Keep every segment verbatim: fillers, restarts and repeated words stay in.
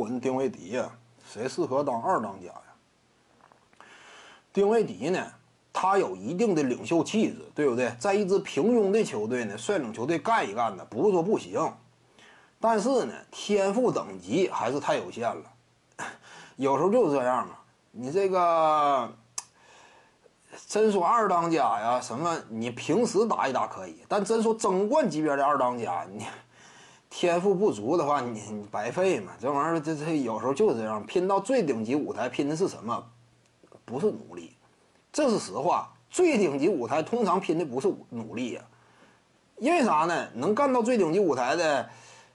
文、丁威迪呀，谁适合当二当家呀？丁威迪呢，他有一定的领袖气质，对不对？在一支平庸的球队呢，率领球队干一干的，不是说不行，但是呢，天赋等级还是太有限了。有时候就是这样啊，你这个真说二当家呀，什么你平时打一打可以，但真说争冠级别的二当家，你天赋不足的话，你你白费嘛。这玩意儿这这有时候就是这样，拼到最顶级舞台，拼的是什么？不是努力，这是实话。最顶级舞台通常拼的不是努力呀、啊，因为啥呢？能干到最顶级舞台的，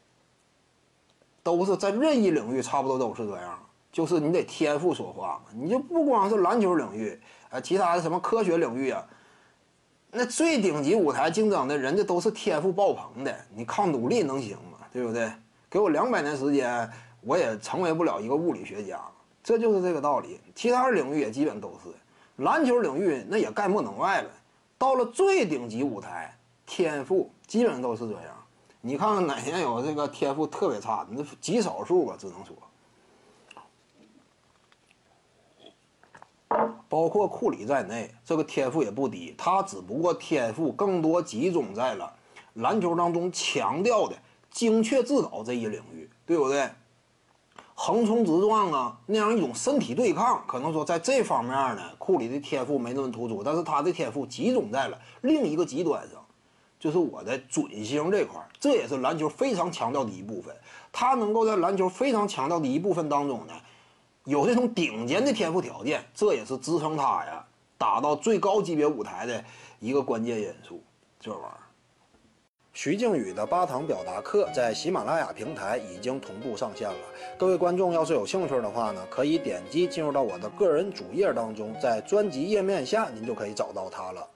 都是在任意领域差不多都是这样，就是你得天赋说话嘛。你就不光是篮球领域，啊，其他的什么科学领域啊，那最顶级舞台竞争的人家都是天赋爆棚的，你靠努力能行吗？对不对？给我两百年时间，我也成为不了一个物理学家，这就是这个道理。其他领域也基本都是。篮球领域那也概莫能外了，到了最顶级舞台，天赋基本都是这样。你看看哪年有这个天赋特别差的，那极少数吧，只能说。包括库里在内，这个天赋也不低，他只不过天赋更多集中在了篮球当中强调的精确制导这一领域，对不对？横冲直撞啊，那样一种身体对抗，可能说在这方面呢，库里的天赋没那么突出，但是他的天赋集中在了另一个极端上，就是我的准星这块，这也是篮球非常强调的一部分。他能够在篮球非常强调的一部分当中呢，有这种顶尖的天赋条件，这也是支撑他呀打到最高级别舞台的一个关键因素。这玩意儿。徐静宇的八堂表达课在喜马拉雅平台已经同步上线了，各位观众要是有兴趣的话呢，可以点击进入到我的个人主页当中，在专辑页面下您就可以找到它了。